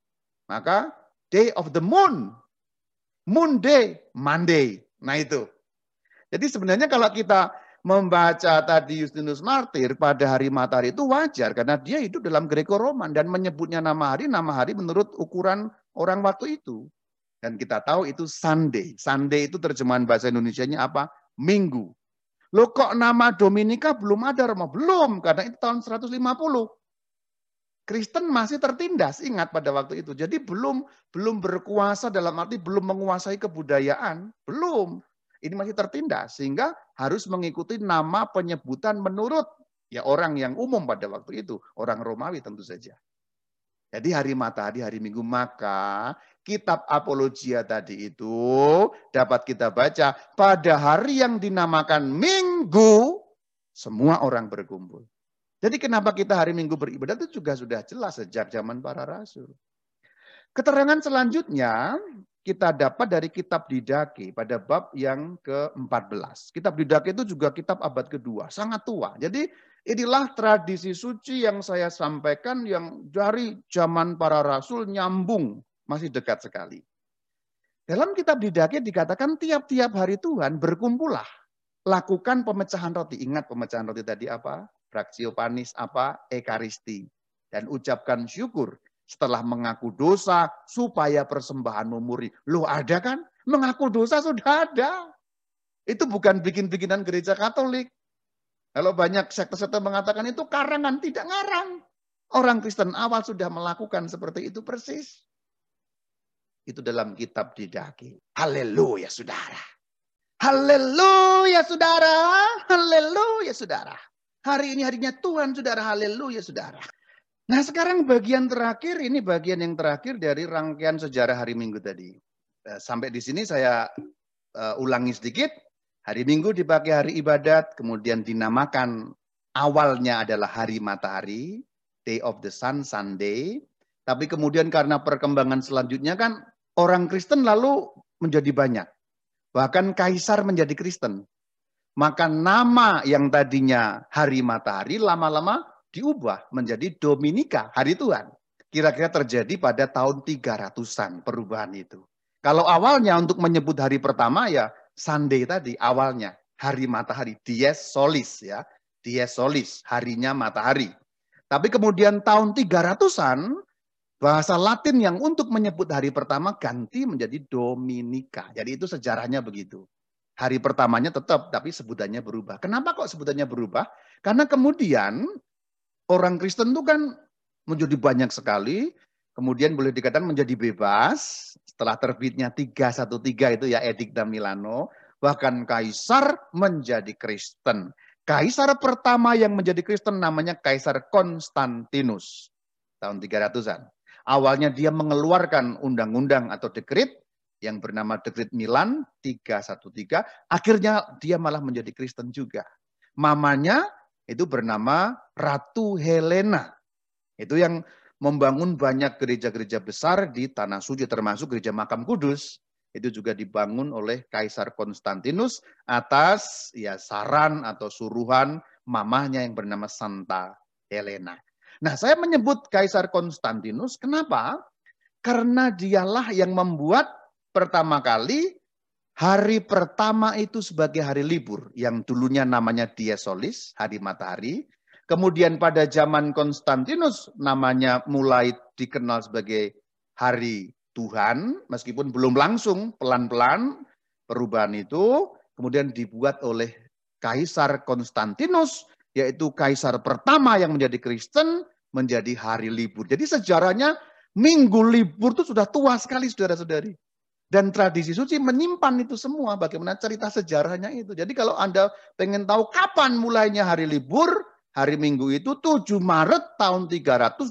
Maka day of the moon. Moon day, Monday. Nah itu. Jadi sebenarnya kalau kita membaca tadi Justinus Martir pada hari matahari itu wajar. Karena dia hidup dalam Greko-Roman dan menyebutnya nama hari menurut ukuran orang waktu itu. Dan kita tahu itu Sunday. Sunday itu terjemahan bahasa Indonesianya apa? Minggu. Loh kok nama Dominika belum ada, Romo? Belum, karena itu tahun 150. Kristen masih tertindas, ingat pada waktu itu. Jadi belum berkuasa dalam arti belum menguasai kebudayaan. Belum. Ini masih tertindas, sehingga harus mengikuti nama penyebutan menurut ya orang yang umum pada waktu itu. Orang Romawi tentu saja. Jadi hari matahari, hari Minggu. Maka kitab Apologia tadi itu dapat kita baca pada hari yang dinamakan Minggu, semua orang berkumpul. Jadi kenapa kita hari Minggu beribadah itu juga sudah jelas sejak zaman para rasul. Keterangan selanjutnya kita dapat dari kitab Didache pada bab yang ke-14. Kitab Didache itu juga kitab abad kedua, sangat tua. Jadi Inilah tradisi suci yang saya sampaikan yang dari zaman para rasul nyambung, masih dekat sekali. Dalam kitab Didache dikatakan tiap-tiap hari Tuhan berkumpullah. Lakukan pemecahan roti. Ingat pemecahan roti tadi apa? Fraksio panis apa? Ekaristi. Dan ucapkan syukur setelah mengaku dosa supaya persembahan murni. Loh ada kan? Mengaku dosa sudah ada. Itu bukan bikin-bikinan gereja Katolik. Kalau banyak sekte-sekte mengatakan itu karangan, tidak ngarang. Orang Kristen awal sudah melakukan seperti itu persis. Itu dalam kitab Didache. Haleluya saudara. Haleluya saudara. Haleluya saudara. Hari ini harinya Tuhan saudara. Haleluya saudara. Nah sekarang bagian terakhir, ini bagian yang terakhir dari rangkaian sejarah hari Minggu tadi. Sampai di sini saya ulangi sedikit. Hari Minggu dipakai hari ibadat, kemudian dinamakan awalnya adalah hari matahari, Day of the Sun, Sunday. Tapi kemudian karena perkembangan selanjutnya kan orang Kristen lalu menjadi banyak. Bahkan kaisar menjadi Kristen. Maka nama yang tadinya hari matahari lama-lama diubah menjadi Dominika, hari Tuhan. Kira-kira terjadi pada tahun 300-an perubahan itu. Kalau awalnya untuk menyebut hari pertama ya Sunday tadi awalnya hari matahari, dies solis ya, dies solis, harinya matahari. Tapi kemudian tahun 300-an bahasa Latin yang untuk menyebut hari pertama ganti menjadi Dominika. Jadi itu sejarahnya begitu. Hari pertamanya tetap tapi sebutannya berubah. Kenapa kok sebutannya berubah? Karena kemudian orang Kristen itu kan menjadi banyak sekali, kemudian boleh dikatakan menjadi bebas setelah terbitnya 313 itu ya Edikta Milano, bahkan kaisar menjadi Kristen. Kaisar pertama yang menjadi Kristen namanya Kaisar Konstantinus tahun 300-an. Awalnya dia mengeluarkan undang-undang atau dekret yang bernama Dekret Milan 313, akhirnya dia malah menjadi Kristen juga. Mamanya itu bernama Ratu Helena. Itu yang membangun banyak gereja-gereja besar di Tanah Suci, termasuk gereja Makam Kudus. Itu juga dibangun oleh Kaisar Konstantinus atas ya saran atau suruhan mamahnya yang bernama Santa Helena. Nah, saya menyebut Kaisar Konstantinus, kenapa? Karena dialah yang membuat pertama kali hari pertama itu sebagai hari libur, yang dulunya namanya Dies Solis, hari matahari. Kemudian pada zaman Konstantinus namanya mulai dikenal sebagai hari Tuhan, meskipun belum langsung, pelan-pelan perubahan itu kemudian dibuat oleh Kaisar Konstantinus, yaitu kaisar pertama yang menjadi Kristen, menjadi hari libur. Jadi sejarahnya minggu libur itu sudah tua sekali saudara-saudari. Dan tradisi suci menyimpan itu semua, bagaimana cerita sejarahnya itu. Jadi kalau Anda pengen tahu kapan mulainya hari libur, hari Minggu itu 7 Maret tahun 321.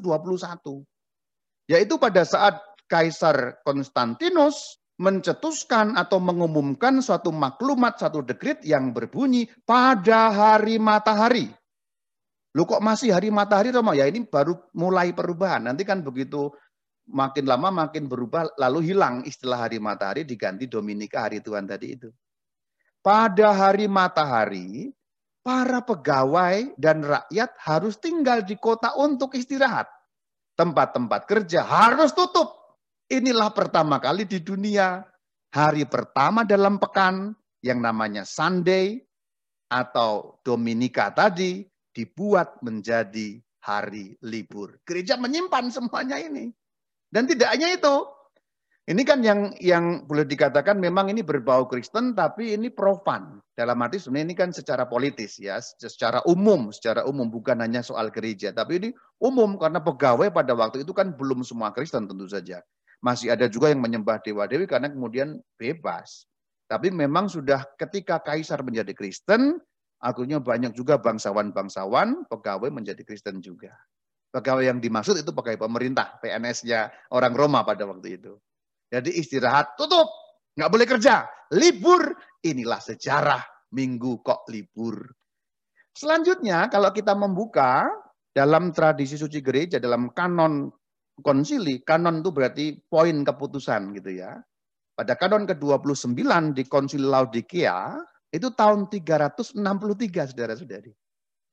Yaitu pada saat Kaisar Konstantinus mencetuskan atau mengumumkan suatu maklumat, satu dekret yang berbunyi pada hari matahari. Lu kok masih hari matahari, Romo? Ya ini baru mulai perubahan. Nanti kan begitu makin lama makin berubah, lalu hilang istilah hari matahari, diganti Dominika, hari Tuhan tadi itu. Pada hari matahari, para pegawai dan rakyat harus tinggal di kota untuk istirahat. Tempat-tempat kerja harus tutup. Inilah pertama kali di dunia, hari pertama dalam pekan yang namanya Sunday atau Dominika tadi dibuat menjadi hari libur. Gereja menyimpan semuanya ini. Dan tidak hanya itu. Ini kan yang boleh dikatakan memang ini berbau Kristen, tapi ini profan. Dalam arti sebenarnya ini kan secara politis ya, secara umum bukan hanya soal gereja, tapi ini umum karena pegawai pada waktu itu kan belum semua Kristen tentu saja. Masih ada juga yang menyembah dewa-dewi karena kemudian bebas. Tapi memang sudah ketika kaisar menjadi Kristen, akhirnya banyak juga bangsawan-bangsawan, pegawai menjadi Kristen juga. Pegawai yang dimaksud itu pegawai pemerintah, PNS-nya orang Roma pada waktu itu. Jadi istirahat, tutup, nggak boleh kerja, libur. Inilah sejarah Minggu kok libur. Selanjutnya kalau kita membuka dalam tradisi suci gereja, dalam kanon konsili, kanon itu berarti poin keputusan gitu ya. Pada kanon ke-29 di konsili Laodikia, itu tahun 363 saudara-saudari.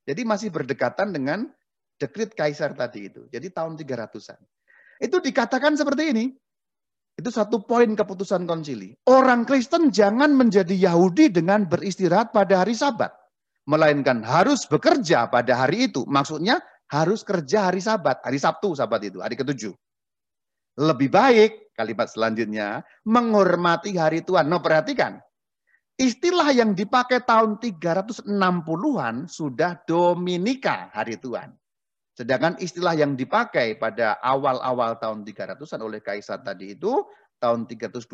Jadi masih berdekatan dengan dekret kaisar tadi itu. Jadi tahun 300-an. Itu dikatakan seperti ini. Itu satu poin keputusan konsili. Orang Kristen jangan menjadi Yahudi dengan beristirahat pada hari Sabat. Melainkan harus bekerja pada hari itu. Maksudnya harus kerja hari Sabat. Hari Sabtu Sabat itu, hari ke-7. Lebih baik, kalimat selanjutnya, menghormati hari Tuhan. Nah, perhatikan. Istilah yang dipakai tahun 360-an sudah Dominika, hari Tuhan. Sedangkan istilah yang dipakai pada awal-awal tahun 300-an oleh Kaisar tadi itu, tahun 320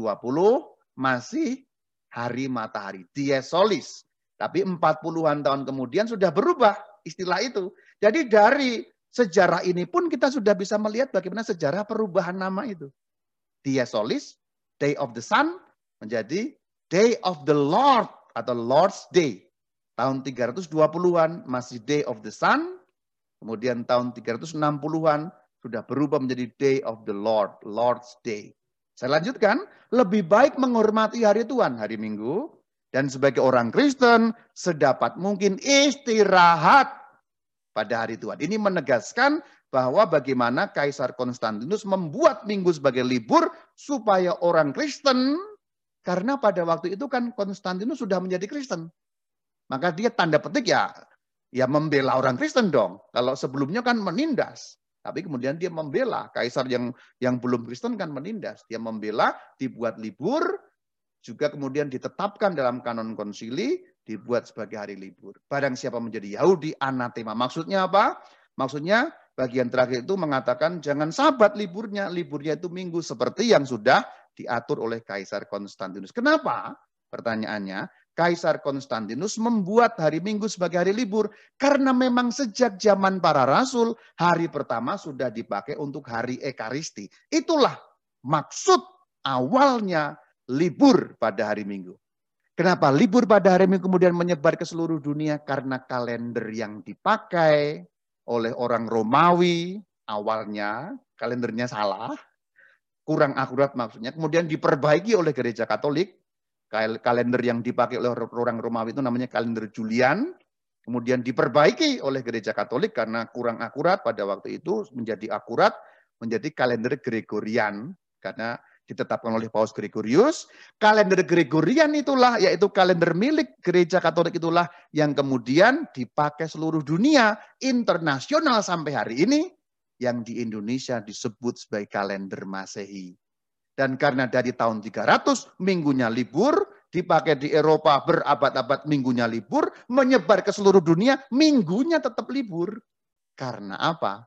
masih hari matahari, Dies Solis. Tapi 40-an tahun kemudian sudah berubah istilah itu. Jadi dari sejarah ini pun kita sudah bisa melihat bagaimana sejarah perubahan nama itu. Dies Solis, Day of the Sun, menjadi Day of the Lord atau Lord's Day. Tahun 320-an masih Day of the Sun, kemudian tahun 360-an sudah berubah menjadi Day of the Lord, Lord's Day. Saya lanjutkan, lebih baik menghormati hari Tuhan, hari Minggu, dan sebagai orang Kristen, sedapat mungkin istirahat pada hari Tuhan. Ini menegaskan bahwa bagaimana Kaisar Konstantinus membuat Minggu sebagai libur supaya orang Kristen, karena pada waktu itu kan Konstantinus sudah menjadi Kristen. Maka dia tanda petik ya membela orang Kristen dong. Kalau sebelumnya kan menindas. Tapi kemudian dia membela. Kaisar yang belum Kristen kan menindas. Dia membela, dibuat libur, juga kemudian ditetapkan dalam kanon konsili, dibuat sebagai hari libur. Barang siapa menjadi Yahudi, anatema. Maksudnya apa? Maksudnya bagian terakhir itu mengatakan jangan Sabat liburnya. Liburnya itu Minggu seperti yang sudah diatur oleh Kaisar Konstantinus. Kenapa? Pertanyaannya, Kaisar Konstantinus membuat hari Minggu sebagai hari libur karena memang sejak zaman para rasul, hari pertama sudah dipakai untuk hari Ekaristi. Itulah maksud awalnya libur pada hari Minggu. Kenapa libur pada hari Minggu kemudian menyebar ke seluruh dunia? Karena kalender yang dipakai oleh orang Romawi awalnya, kalendernya salah, kurang akurat maksudnya, kemudian diperbaiki oleh gereja Katolik. Kalender yang dipakai oleh orang Romawi itu namanya kalender Julian, kemudian diperbaiki oleh gereja Katolik karena kurang akurat pada waktu itu menjadi akurat, menjadi kalender Gregorian karena ditetapkan oleh Paus Gregorius. Kalender Gregorian itulah, yaitu kalender milik gereja Katolik itulah yang kemudian dipakai seluruh dunia, internasional sampai hari ini, yang di Indonesia disebut sebagai kalender Masehi. Dan karena dari tahun 300 minggunya libur, dipakai di Eropa berabad-abad minggunya libur, menyebar ke seluruh dunia, minggunya tetap libur. Karena apa?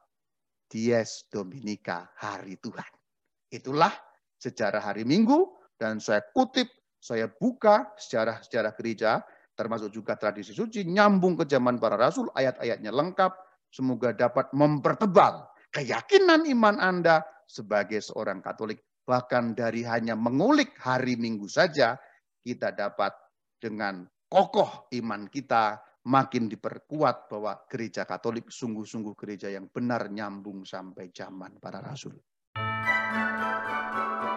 Dies Dominika, hari Tuhan. Itulah sejarah hari Minggu, dan saya kutip, saya buka sejarah gereja, termasuk juga tradisi suci, nyambung ke zaman para rasul, ayat-ayatnya lengkap, semoga dapat mempertebal keyakinan iman Anda sebagai seorang Katolik. Bahkan dari hanya mengulik hari Minggu saja, kita dapat dengan kokoh iman kita makin diperkuat bahwa gereja Katolik sungguh-sungguh gereja yang benar nyambung sampai zaman para rasul.